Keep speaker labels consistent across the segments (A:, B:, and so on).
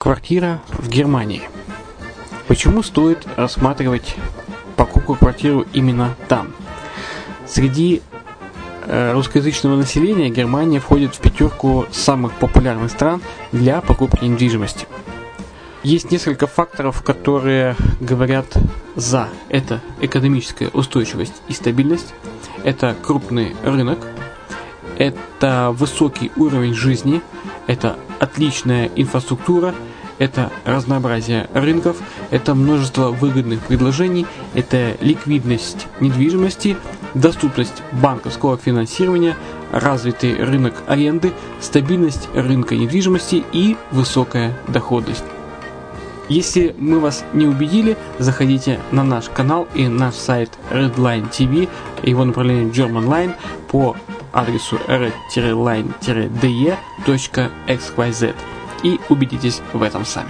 A: Квартира в Германии. Почему стоит рассматривать покупку квартиры именно там? Среди русскоязычного населения Германия входит в пятерку самых популярных стран для покупки недвижимости. Есть несколько факторов, которые говорят за. Это экономическая устойчивость и стабильность, это крупный рынок, это высокий уровень жизни, это отличная инфраструктура, это разнообразие рынков, это множество выгодных предложений, это ликвидность недвижимости, доступность банковского финансирования, развитый рынок аренды, стабильность рынка недвижимости и высокая доходность. Если мы вас не убедили, заходите на наш канал и наш сайт Redline TV, его направление German Line по адресу red-line-de.xyz и убедитесь в этом сами.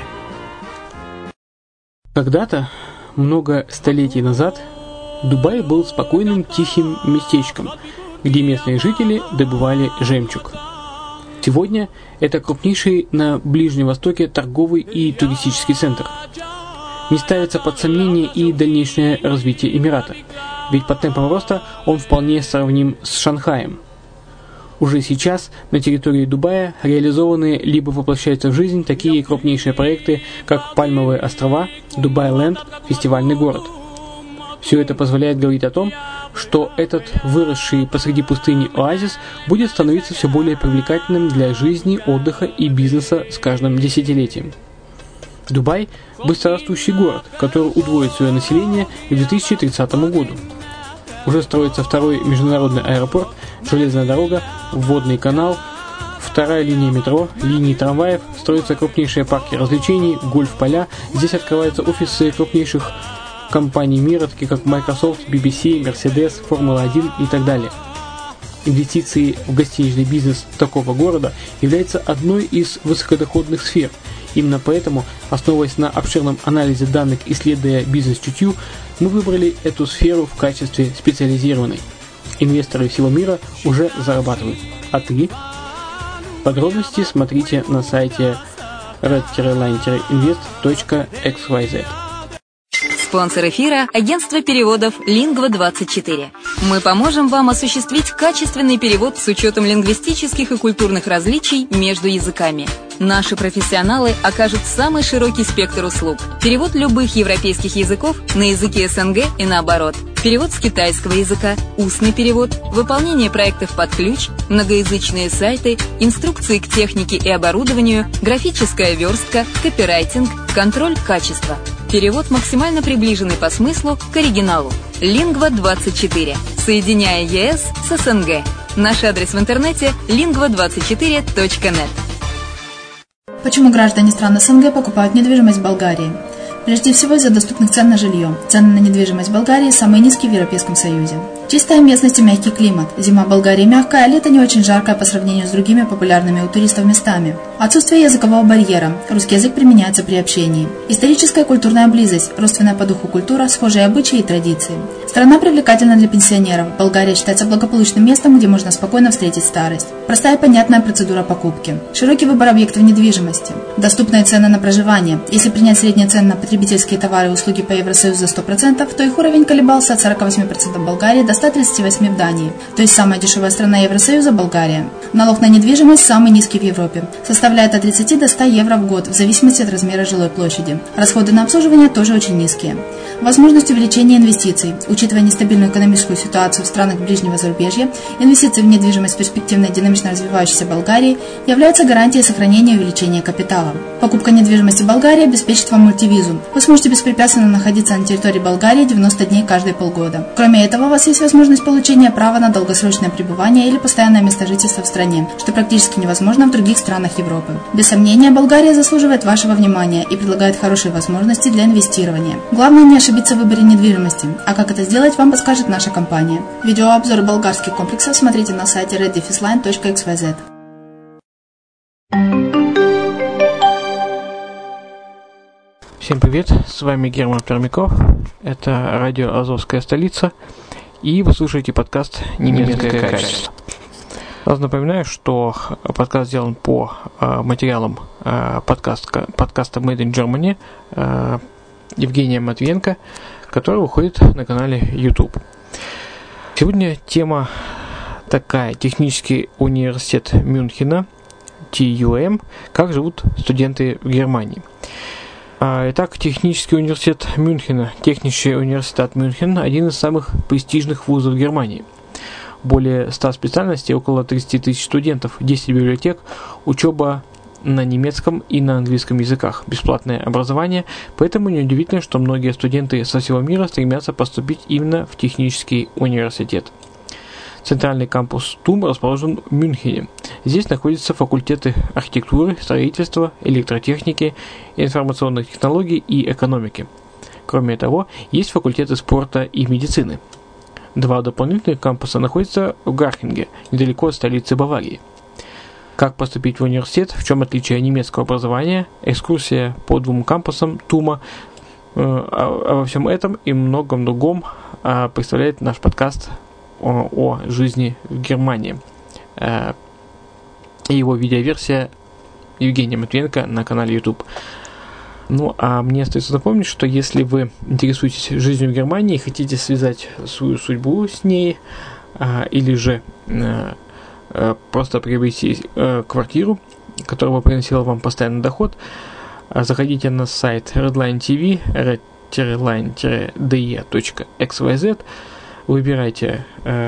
A: Когда-то, много столетий назад, Дубай был спокойным тихим местечком, где местные жители добывали жемчуг. Сегодня это крупнейший на Ближнем Востоке торговый и туристический центр. Не ставится под сомнение и дальнейшее развитие Эмирата, ведь по темпам роста он вполне сравним с Шанхаем. Уже сейчас на территории Дубая реализованы либо воплощаются в жизнь такие крупнейшие проекты, как Пальмовые острова, Дубай-Ленд, фестивальный город. Все это позволяет говорить о том, что этот выросший посреди пустыни оазис будет становиться все более привлекательным для жизни, отдыха и бизнеса с каждым десятилетием. Дубай – быстрорастущий город, который удвоит свое население к 2030 году. Уже строится второй международный аэропорт, железная дорога, водный канал, вторая линия метро, линии трамваев, строятся крупнейшие парки развлечений, гольф-поля. Здесь открываются офисы крупнейших компаний мира, таких как Microsoft, BBC, Mercedes, Формула-1 и так далее. Инвестиции в гостиничный бизнес такого города являются одной из высокодоходных сфер. Именно поэтому, основываясь на обширном анализе данных, исследуя бизнес-чутью, мы выбрали эту сферу в качестве специализированной. Инвесторы всего мира уже зарабатывают. А ты? Подробности смотрите на сайте red-line-invest.xyz.
B: Спонсор эфира – агентство переводов Lingva24. Мы поможем вам осуществить качественный перевод с учетом лингвистических и культурных различий между языками. Наши профессионалы окажут самый широкий спектр услуг. Перевод любых европейских языков на языки СНГ и наоборот. Перевод с китайского языка, устный перевод, выполнение проектов под ключ, многоязычные сайты, инструкции к технике и оборудованию, графическая верстка, копирайтинг, контроль качества. Перевод максимально приближенный по смыслу к оригиналу. Lingva24. Соединяя ЕС с СНГ. Наш адрес в интернете lingva24.net.
C: Почему граждане стран СНГ покупают недвижимость в Болгарии? Прежде всего из-за доступных цен на жилье. Цены на недвижимость в Болгарии самые низкие в Европейском Союзе. Чистая местность и мягкий климат. Зима в Болгарии мягкая, а лето не очень жаркое по сравнению с другими популярными у туристов местами. Отсутствие языкового барьера. Русский язык применяется при общении. Историческая и культурная близость. Родственная по духу культура, схожие обычаи и традиции. Страна привлекательна для пенсионеров. Болгария считается благополучным местом, где можно спокойно встретить старость. Простая и понятная процедура покупки. Широкий выбор объектов недвижимости. Доступные цены на проживание. Если принять средние цены на потребительские товары и услуги по Евросоюзу за 100%, то их уровень колебался от 48% в Болгарии до 138% в Дании. То есть самая дешевая страна Евросоюза – Болгария. Налог на недвижимость самый низкий в Европе. Составляет от 30 до 100 евро в год, в зависимости от размера жилой площади. Расходы на обслуживание тоже очень низкие. Возможность увеличения инвестиций. Учитывая нестабильную экономическую ситуацию в странах ближнего зарубежья, инвестиции в недвижимость в перспективной динамично развивающейся Болгарии являются гарантией сохранения и увеличения капитала. Покупка недвижимости в Болгарии обеспечит вам мультивизу. Вы сможете беспрепятственно находиться на территории Болгарии 90 дней каждые полгода. Кроме этого, у вас есть возможность получения права на долгосрочное пребывание или постоянное место жительства в стране, что практически невозможно в других странах Европы. Без сомнения, Болгария заслуживает вашего внимания и предлагает хорошие возможности для инвестирования. Главное не ошибиться в выборе недвижимости, а как это сделать, вам подскажет наша компания. Видеообзор болгарских комплексов смотрите на сайте red-line.xyz.
A: Всем привет, с вами Герман Пермяков, это радио «Азовская столица», и вы слушаете подкаст «Немецкое качество». Сразу напоминаю, что подкаст сделан по материалам подкаста Made in Germany Евгения Матвиенко, который выходит на канале YouTube. Сегодня тема такая: Технический университет Мюнхена, TUM, как живут студенты в Германии. Итак, Технический университет Мюнхена, Технический университет Мюнхен, один из самых престижных вузов Германии. Более 100 специальностей, около 30 тысяч студентов, 10 библиотек, учеба на немецком и на английском языках, бесплатное образование, поэтому неудивительно, что многие студенты со всего мира стремятся поступить именно в Технический университет. Центральный кампус ТУМ расположен в Мюнхене. Здесь находятся факультеты архитектуры, строительства, электротехники, информационных технологий и экономики. Кроме того, есть факультеты спорта и медицины. 2 дополнительных кампуса находятся в Гархинге, недалеко от столицы Баварии. Как поступить в университет, в чем отличие немецкого образования, экскурсия по 2 кампусам ТУМа, обо всем этом и многом другом представляет наш подкаст о жизни в Германии. И его видеоверсия Евгения Матвиенко на канале YouTube. Ну, а мне остается напомнить, что если вы интересуетесь жизнью в Германии и хотите связать свою судьбу с ней, или же просто приобрести квартиру, которая бы приносила вам постоянный доход, заходите на сайт redline.tv, redline-de.xyz, выбирайте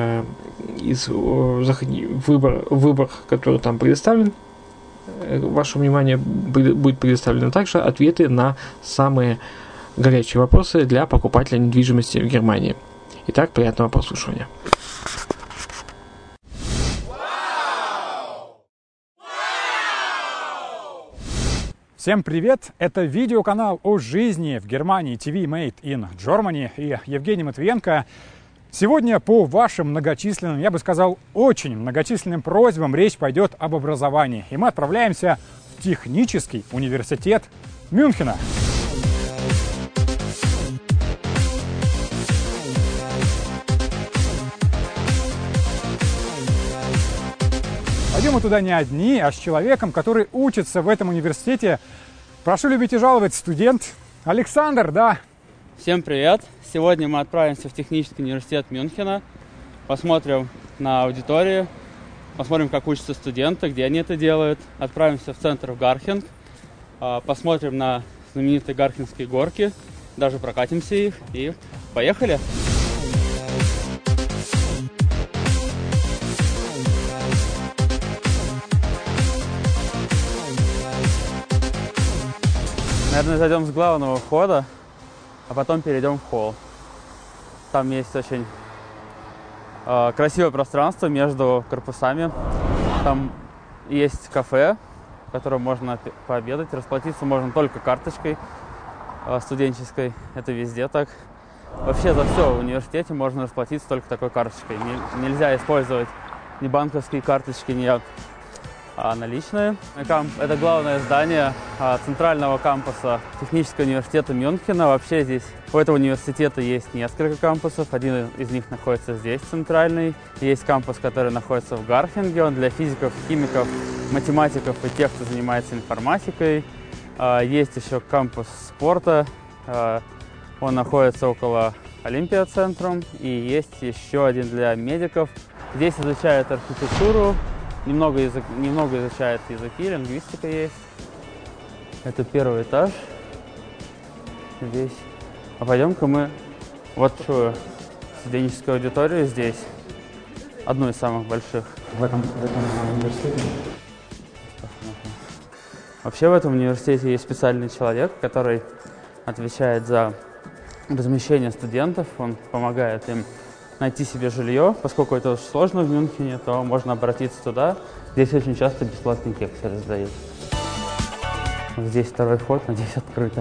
A: выбор, который там предоставлен. Ваше внимание будет предоставлено также ответы на самые горячие вопросы для покупателя недвижимости в Германии. Итак, приятного прослушивания.
D: Всем привет! Это видеоканал о жизни в Германии TV Made in Germany и Евгений Матвиенко. Сегодня по вашим многочисленным, я бы сказал, очень многочисленным просьбам речь пойдет об образовании. И мы отправляемся в Технический университет Мюнхена. Пойдем мы туда не одни, а с человеком, который учится в этом университете. Прошу любить и жаловать, студент Александр, да.
E: Всем привет! Сегодня мы отправимся в Технический университет Мюнхена, посмотрим на аудиторию, посмотрим, как учатся студенты, где они это делают. Отправимся в центр в Гархинг, посмотрим на знаменитые гархингские горки, даже прокатимся их и поехали! Наверное, зайдем с главного входа, а потом перейдем в холл. Там есть очень красивое пространство между корпусами. Там есть кафе, в котором можно пообедать. Расплатиться можно только карточкой студенческой. Это везде так. Вообще за все в университете можно расплатиться только такой карточкой. Нельзя использовать ни банковские карточки, ни наличные. Это главное здание центрального кампуса Технического университета Мюнхена. Вообще здесь у этого университета есть несколько кампусов. Один из них находится здесь, центральный. Есть кампус, который находится в Гархинге. Он для физиков, химиков, математиков и тех, кто занимается информатикой. Есть еще кампус спорта. Он находится около Олимпиа-центрум. И есть еще один для медиков. Здесь изучают архитектуру. Немного изучает языки, лингвистика есть. Это первый этаж. Здесь. А пойдем-ка мы в большую студенческую аудиторию здесь. Одну из самых больших.
D: В этом университете?
E: Вообще в этом университете есть специальный человек, который отвечает за размещение студентов. Он помогает им найти себе жилье. Поскольку это очень сложно в Мюнхене, то можно обратиться туда. Здесь очень часто бесплатные кексы раздают. Здесь второй вход, надеюсь, открыто.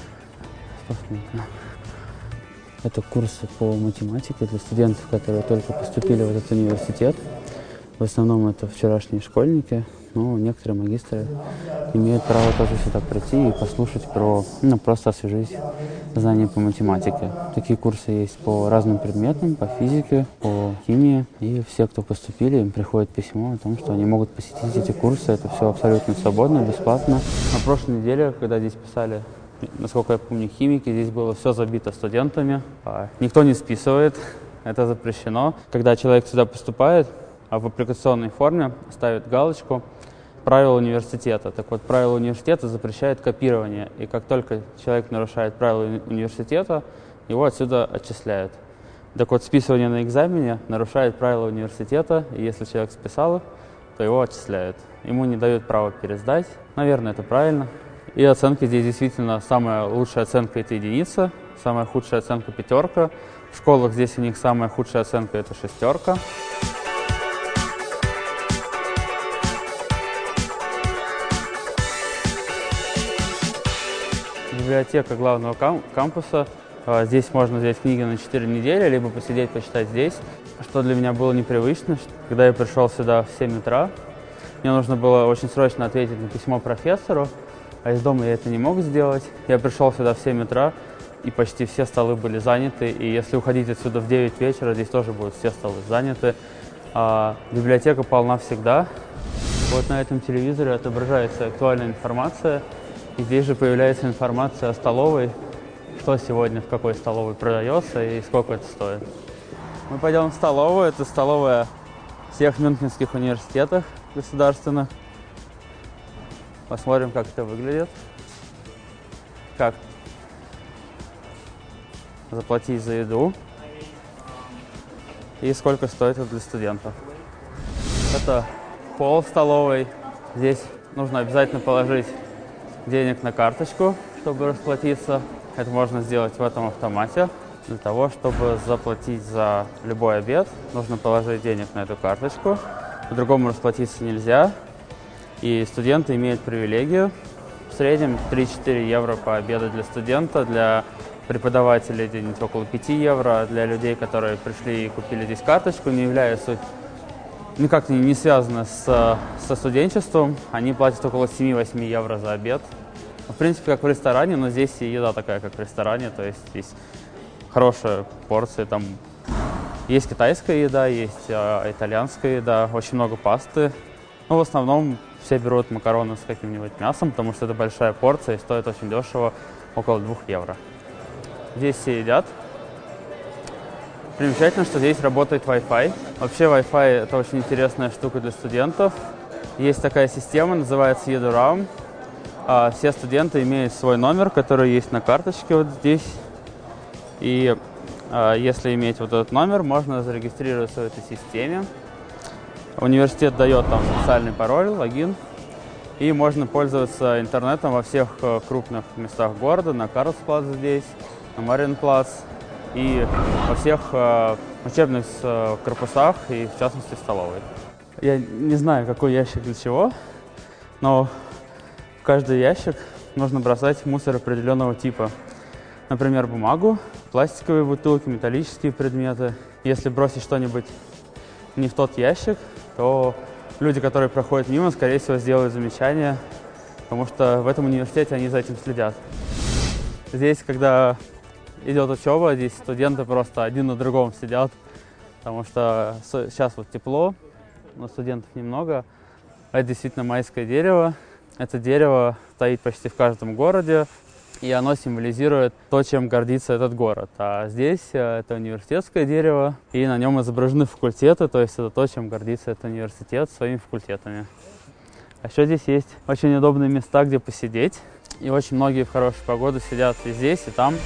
E: Это курсы по математике для студентов, которые только поступили в этот университет. В основном это вчерашние школьники. но некоторые магистры имеют право тоже сюда прийти и послушать просто освежить знания по математике. Такие курсы есть по разным предметам, по физике, по химии. И все, кто поступили, им приходит письмо о том, что они могут посетить эти курсы. Это все абсолютно свободно, бесплатно. На прошлой неделе, когда здесь писали, насколько я помню, химики, здесь было все забито студентами. Никто не списывает, это запрещено. Когда человек сюда поступает, в аппликационной форме ставит галочку «Правила университета». Так вот, правила университета запрещают копирование. И как только человек нарушает правила университета, его отсюда отчисляют. Так вот, списывание на экзамене нарушает правила университета, и если человек списал, то его отчисляют. Ему не дают права пересдать. Наверное, это правильно. И оценки здесь действительно самая лучшая оценка – это единица, самая худшая оценка – 5. В школах здесь у них самая худшая оценка – это 6. Библиотека главного кампуса. Здесь можно взять книги на 4 недели, либо посидеть, почитать здесь. Что для меня было непривычно, когда я пришел сюда в 7 утра, мне нужно было очень срочно ответить на письмо профессору, а из дома я это не мог сделать. Я пришел сюда в 7 утра, и почти все столы были заняты, и если уходить отсюда в 9 вечера, здесь тоже будут все столы заняты. Библиотека полна всегда. Вот на этом телевизоре отображается актуальная информация. И здесь же появляется информация о столовой, что сегодня в какой столовой продается и сколько это стоит. Мы пойдем в столовую. Это столовая всех мюнхенских университетов государственных. Посмотрим, как это выглядит. Как заплатить за еду и сколько стоит это для студентов. Это пол столовой. Здесь нужно обязательно положить денег на карточку, чтобы расплатиться. Это можно сделать в этом автомате. Для того, чтобы заплатить за любой обед, нужно положить денег на эту карточку. По-другому расплатиться нельзя. И студенты имеют привилегию. В среднем 3-4 евро по обеду для студента, для преподавателей где-нибудь около 5 евро, для людей, которые пришли и купили здесь карточку, не является никак не связано со студенчеством. Они платят около 7-8 евро за обед. В принципе, как в ресторане, но здесь и еда такая, как в ресторане. То есть здесь хорошая порция. Там есть китайская еда, есть итальянская еда, очень много пасты. Но в основном все берут макароны с каким-нибудь мясом, потому что это большая порция и стоит очень дешево, около 2 евро. Здесь все едят. Примечательно, что здесь работает Wi-Fi. Вообще Wi-Fi – это очень интересная штука для студентов. Есть такая система, называется EduRoam. Все студенты имеют свой номер, который есть на карточке вот здесь. И если иметь вот этот номер, можно зарегистрироваться в этой системе. Университет дает там специальный пароль, логин. И можно пользоваться интернетом во всех крупных местах города, на Карлсплац здесь, на Мариенплац. И во всех учебных корпусах, и в частности в столовой. Я не знаю, какой ящик для чего, но в каждый ящик нужно бросать мусор определенного типа. Например, бумагу, пластиковые бутылки, металлические предметы. Если бросить что-нибудь не в тот ящик, то люди, которые проходят мимо, скорее всего, сделают замечание, потому что в этом университете они за этим следят. Здесь, когда идет учеба, здесь студенты просто один на другом сидят, потому что сейчас вот тепло, но студентов немного. Это действительно майское дерево. Это дерево стоит почти в каждом городе, и оно символизирует то, чем гордится этот город. А здесь это университетское дерево, и на нем изображены факультеты, то есть это то, чем гордится этот университет своими факультетами. А еще здесь есть очень удобные места, где посидеть, и очень многие в хорошую погоду сидят и здесь, и там.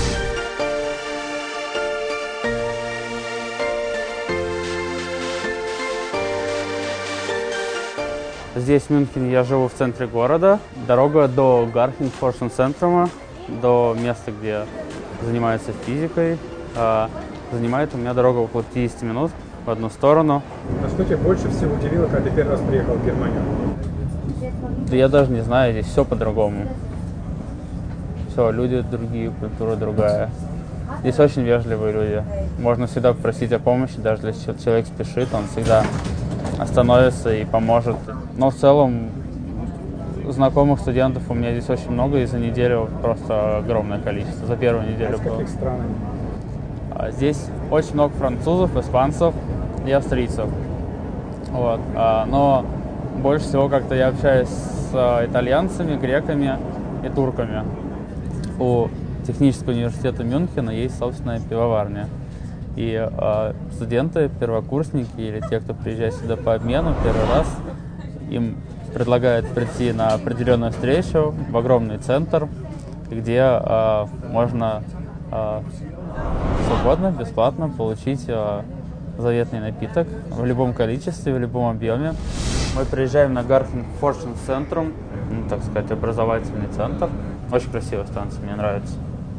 E: Здесь, в Мюнхене, я живу в центре города. Дорога до Гархинг-Форшен-центрума, до места, где занимаются физикой, занимает у меня дорога около 50 минут в одну сторону.
D: А что тебя больше всего удивило, когда ты первый раз приехал в Германию?
E: Да я даже не знаю, здесь все по-другому. Все, люди другие, культура другая. Здесь очень вежливые люди. Можно всегда попросить о помощи, даже если человек спешит, он всегда остановится и поможет. Но в целом знакомых студентов у меня здесь очень много, и за неделю просто огромное количество. За первую неделю было.
D: Из каких стран?
E: Здесь очень много французов, испанцев и австрийцев. Вот. Но больше всего как-то я общаюсь с итальянцами, греками и турками. У технического университета Мюнхена есть собственная пивоварня. И студенты, первокурсники или те, кто приезжает сюда по обмену первый раз, им предлагают прийти на определенную встречу в огромный центр, где можно свободно, бесплатно получить заветный напиток в любом количестве, в любом объеме. Мы приезжаем на Gartenforschungszentrum, так сказать, образовательный центр. Очень красивая станция, мне нравится.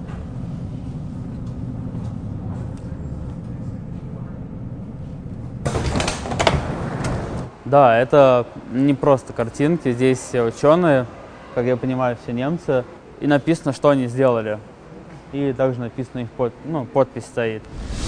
E: Да, это не просто картинки, здесь все ученые, как я понимаю, все немцы, и написано, что они сделали. И также написано их подпись стоит.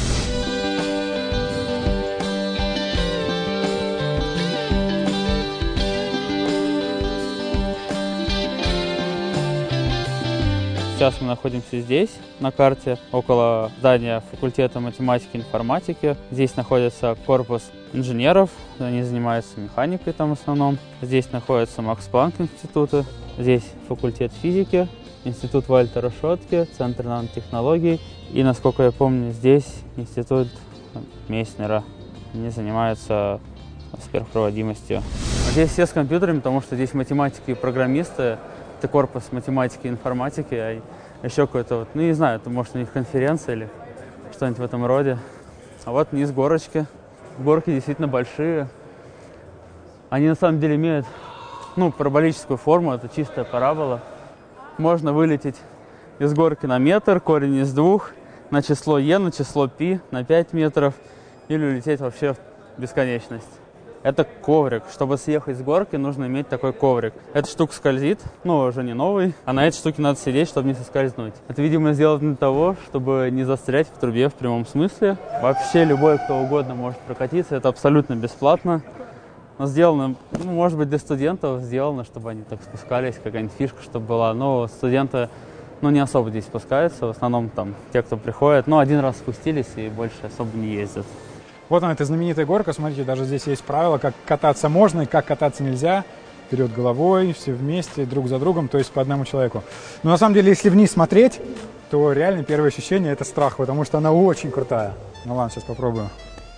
E: Сейчас мы находимся здесь, на карте, около здания факультета математики и информатики. Здесь находится корпус инженеров, они занимаются механикой там в основном. Здесь находится Макс Планк институты, здесь факультет физики, институт Вальтера Шотке, центр нанотехнологий. И, насколько я помню, здесь институт Мейснера. Они занимаются сверхпроводимостью. Здесь все с компьютерами, потому что здесь математики и программисты. Это корпус математики и информатики, а еще какой-то, не знаю, это может у них конференция или что-нибудь в этом роде. А вот вниз горочки. Горки действительно большие. Они на самом деле имеют, параболическую форму, это чистая парабола. Можно вылететь из горки на метр, корень из 2, на число Е, на число Пи, на 5 метров, или улететь вообще в бесконечность. Это коврик. Чтобы съехать с горки, нужно иметь такой коврик. Эта штука скользит, уже не новый, а на этой штуке надо сидеть, чтобы не соскользнуть. Это, видимо, сделано для того, чтобы не застрять в трубе в прямом смысле. Вообще любой, кто угодно может прокатиться, это абсолютно бесплатно. Но сделано, может быть, для студентов сделано, чтобы они так спускались, какая-нибудь фишка, чтобы была. Но студенты, не особо здесь спускаются, в основном там те, кто приходит. Один раз спустились и больше особо не ездят.
D: Вот она, эта знаменитая горка. Смотрите, даже здесь есть правила, как кататься можно и как кататься нельзя. Вперед головой, все вместе, друг за другом, то есть по одному человеку. Но на самом деле, если вниз смотреть, то реально первое ощущение — это страх, потому что она очень крутая. Ну ладно, сейчас попробую.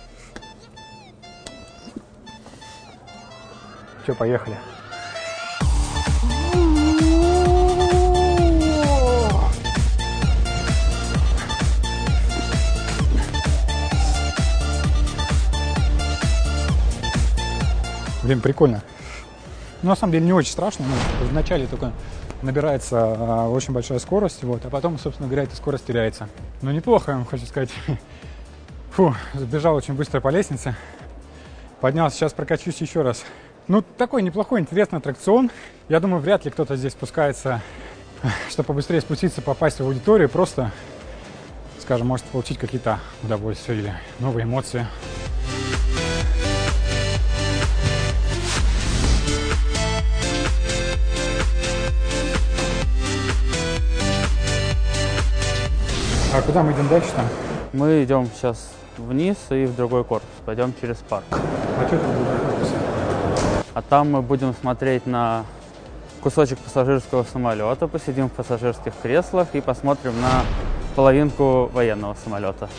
D: Все, поехали. Блин, прикольно. На самом деле не очень страшно. Вначале только набирается очень большая скорость, а потом, собственно говоря, эта скорость теряется. Но неплохо, я вам хочу сказать. Сбежал очень быстро по лестнице. Поднялся, сейчас прокачусь еще раз. Такой неплохой, интересный аттракцион. Я думаю, вряд ли кто-то здесь спускается, чтобы побыстрее спуститься, попасть в аудиторию. Просто, скажем, может получить какие-то удовольствия или новые эмоции. А куда мы идем дальше там?
E: Мы идем сейчас вниз и в другой корпус. Пойдем через парк.
D: А что это другой корпус?
E: А там мы будем смотреть на кусочек пассажирского самолета, посидим в пассажирских креслах и посмотрим на половинку военного самолета.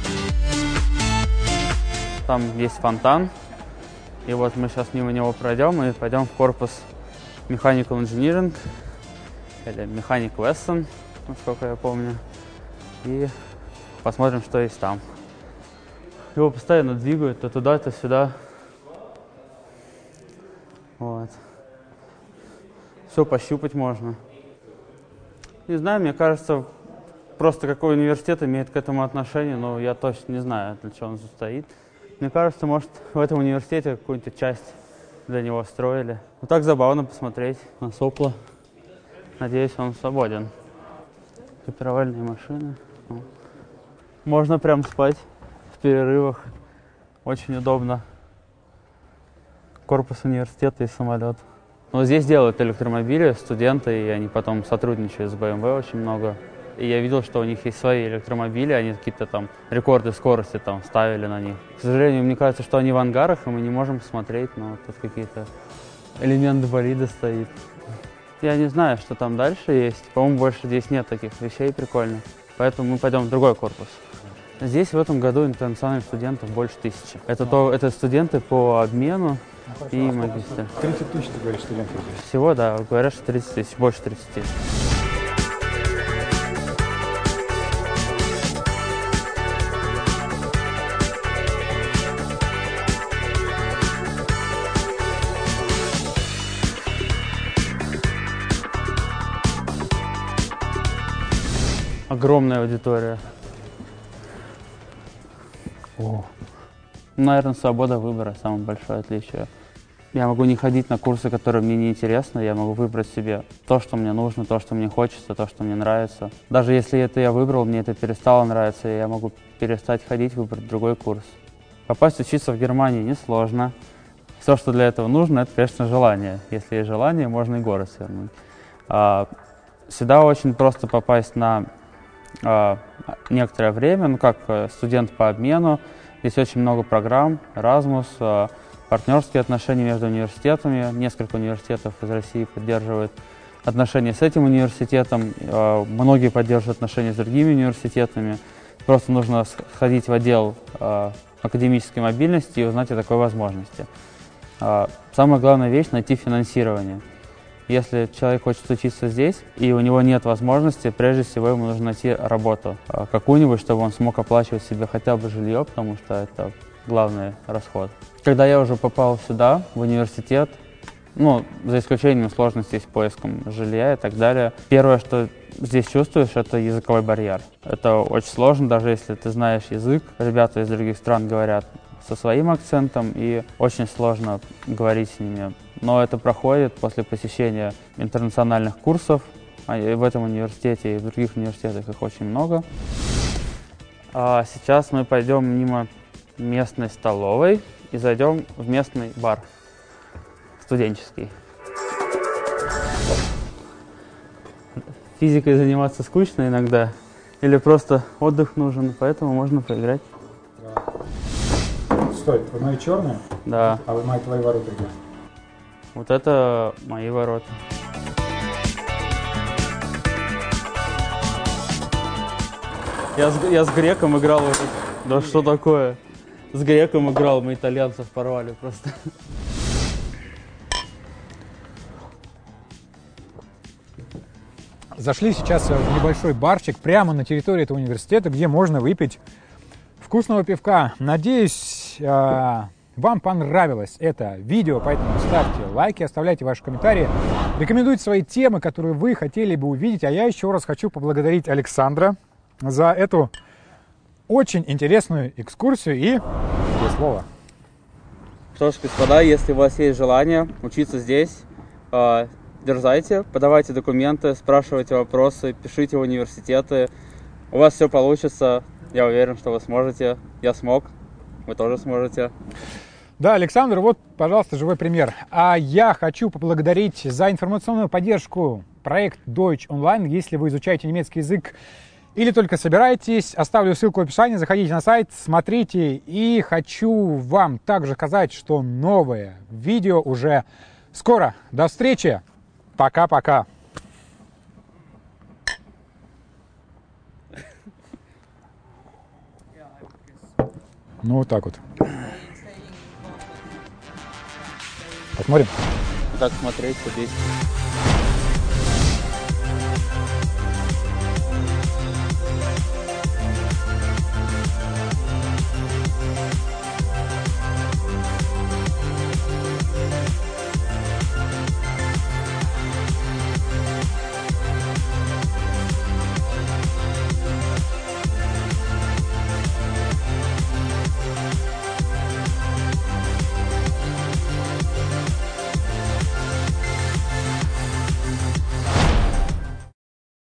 E: Там есть фонтан. И вот мы сейчас мимо него пройдем и пойдем в корпус Mechanical Engineering или Mechanic Wesson, насколько я помню. И посмотрим, что есть там. Его постоянно двигают то туда, то сюда. Вот. Все пощупать можно. Не знаю, мне кажется, просто какой университет имеет к этому отношение, но я точно не знаю, для чего он состоит. Мне кажется, может, в этом университете какую-то часть для него строили. Так забавно посмотреть на сопло. Надеюсь, он свободен. Копировальные машины. Можно прям спать в перерывах. Очень удобно. корпус университета и самолет. Но здесь делают электромобили студенты, и они потом сотрудничают с BMW очень много. И я видел, что у них есть свои электромобили, они какие-то там рекорды скорости там ставили на них. К сожалению, мне кажется, что они в ангарах, и мы не можем посмотреть, но тут какие-то элементы болида стоит. Я не знаю, что там дальше есть. По-моему, больше здесь нет таких вещей прикольных. Поэтому мы пойдем в другой корпус. Здесь в этом году интернациональных студентов больше 1000. Это студенты по обмену и магистры.
D: 30 тысяч, ты говоришь, студентов здесь?
E: Всего, да, говорят, что 30 тысяч, больше 30. Огромная аудитория.
D: О.
E: Наверное, свобода выбора – самое большое отличие. Я могу не ходить на курсы, которые мне не интересны, я могу выбрать себе то, что мне нужно, то, что мне хочется, то, что мне нравится. Даже если это я выбрал, мне это перестало нравиться, я могу перестать ходить, выбрать другой курс. Попасть учиться в Германии несложно. Все, что для этого нужно, это, конечно, желание. Если есть желание, можно и город свернуть. Сюда очень просто попасть на некоторое время, ну как студент по обмену. Здесь очень много программ, Erasmus, партнерские отношения между университетами. Несколько университетов из России поддерживают отношения с этим университетом. Многие поддерживают отношения с другими университетами. Просто нужно сходить в отдел академической мобильности и узнать о такой возможности. Самая главная вещь – найти финансирование. Если человек хочет учиться здесь, и у него нет возможности, прежде всего ему нужно найти работу какую-нибудь, чтобы он смог оплачивать себе хотя бы жилье, потому что это главный расход. Когда я уже попал сюда, в университет, ну, за исключением сложностей с поиском жилья и так далее, первое, что здесь чувствуешь, это языковой барьер. Это очень сложно, даже если ты знаешь язык. Ребята из других стран говорят со своим акцентом, и очень сложно говорить с ними. Но это проходит после посещения интернациональных курсов. В этом университете и в других университетах их очень много. А сейчас мы пойдем мимо местной столовой и зайдем в местный бар студенческий. Физикой заниматься скучно иногда, или просто отдых нужен, поэтому можно поиграть.
D: Стой, вот мои черные?
E: Да.
D: А вот мои твои ворота где?
E: Вот это мои ворота. Я с греком играл в этот... Да что такое? С греком играл, мы итальянцев порвали просто.
D: Зашли сейчас в небольшой барчик прямо на территории этого университета, где можно выпить вкусного пивка. Надеюсь, вам понравилось это видео, поэтому ставьте лайки, оставляйте ваши комментарии, рекомендуйте свои темы, которые вы хотели бы увидеть. А я еще раз хочу поблагодарить Александра за эту очень интересную экскурсию и слово.
E: Что ж, господа, если у вас есть желание учиться здесь, дерзайте, подавайте документы, спрашивайте вопросы, пишите в университеты. У вас все получится. Я уверен, что вы сможете. Я смог. Вы тоже сможете.
D: Да, Александр, вот, пожалуйста, живой пример. А я хочу поблагодарить за информационную поддержку проект Deutsch Online. Если вы изучаете немецкий язык или только собираетесь, оставлю ссылку в описании, заходите на сайт, смотрите. И хочу вам также сказать, что новое видео уже скоро. До встречи! Пока-пока! Ну, вот так вот. Посмотрим.
E: Как смотреть здесь?